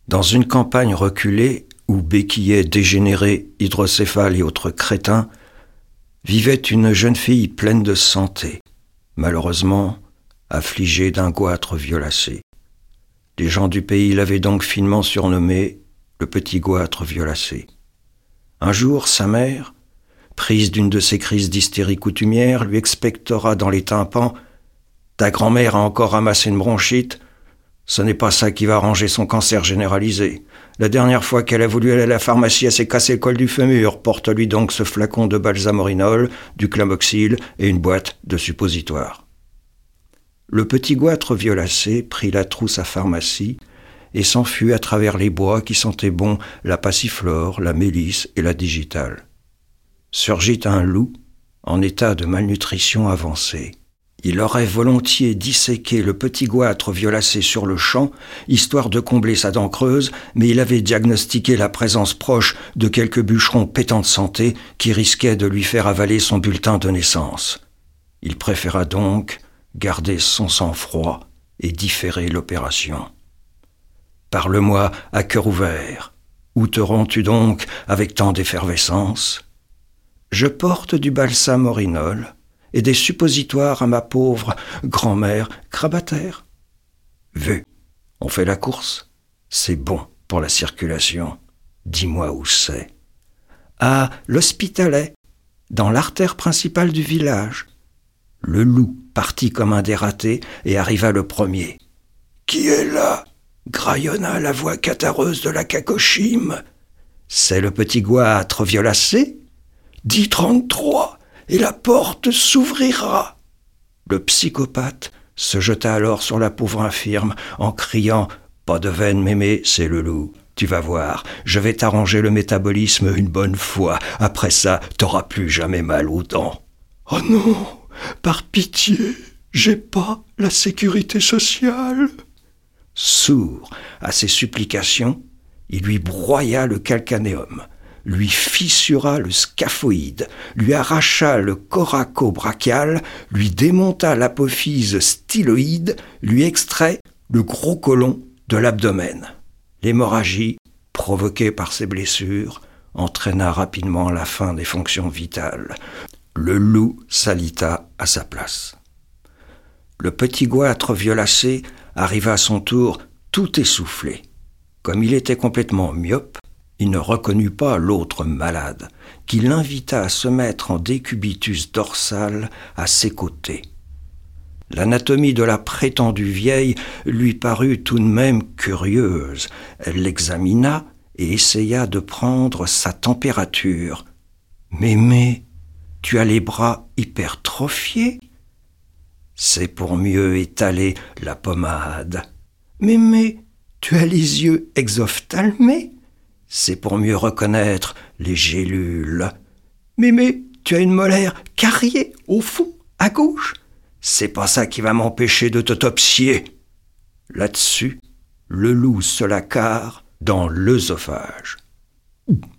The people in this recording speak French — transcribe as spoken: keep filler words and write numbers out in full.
Dans une campagne reculée, où béquillaient dégénérés, hydrocéphales et autres crétins, vivait une jeune fille pleine de santé, malheureusement affligée d'un goitre violacé. Les gens du pays l'avaient donc finement surnommé le petit goitre violacé. Un jour, sa mère, prise d'une de ces crises d'hystérie coutumière, lui expectora dans les tympans « Ta grand-mère a encore ramassé une bronchite. Ce n'est pas ça qui va arranger son cancer généralisé. La dernière fois qu'elle a voulu aller à la pharmacie, elle s'est cassé le col du fémur. Porte-lui donc ce flacon de balsamorinol, du clamoxyle et une boîte de suppositoires. » Le petit goitre violacé prit la trousse à pharmacie et s'enfuit à travers les bois qui sentaient bon la passiflore, la mélisse et la digitale. Surgit un loup en état de malnutrition avancée. Il aurait volontiers disséqué le petit goitre violacé sur le champ, histoire de combler sa dent creuse, mais il avait diagnostiqué la présence proche de quelques bûcherons pétants de santé qui risquaient de lui faire avaler son bulletin de naissance. Il préféra donc garder son sang-froid et différer l'opération. « Parle-moi à cœur ouvert. Où te rends-tu donc avec tant d'effervescence ? » « Je porte du balsamorinol et des suppositoires à ma pauvre grand-mère grabataire. »« Vu, on fait la course. C'est bon pour la circulation. Dis-moi où c'est. »« À l'Hospitalet, dans l'artère principale du village. » Le loup partit comme un dératé et arriva le premier. « Qui est là ?» graillonna la voix catareuse de la cacochime. « C'est le petit goitre violacé. Dis trente-trois, et la porte s'ouvrira. » Le psychopathe se jeta alors sur la pauvre infirme en criant « Pas de veine, mémé, c'est le loup. Tu vas voir, je vais t'arranger le métabolisme une bonne fois. Après ça, t'auras plus jamais mal aux dents. »« Oh non, par pitié, j'ai pas la sécurité sociale. » Sourd à ses supplications, il lui broya le calcanéum, lui fissura le scaphoïde, lui arracha le coraco-brachial, lui démonta l'apophyse styloïde, lui extrait le gros côlon de l'abdomen. L'hémorragie, provoquée par ces blessures, entraîna rapidement la fin des fonctions vitales. Le loup s'alita à sa place. Le petit goitre violacé arriva à son tour tout essoufflé. Comme il était complètement myope, il ne reconnut pas l'autre malade, qui l'invita à se mettre en décubitus dorsal à ses côtés. L'anatomie de la prétendue vieille lui parut tout de même curieuse. Elle l'examina et essaya de prendre sa température. « Mémé, tu as les bras hypertrophiés ? » C'est pour mieux étaler la pommade. « Mémé, tu as les yeux exophthalmés ? » C'est pour mieux reconnaître les gélules. « Mémé, tu as une molaire carriée au fond, à gauche ? C'est pas ça qui va m'empêcher de t'autopsier. » Là-dessus, le loup se la carre dans l'œsophage.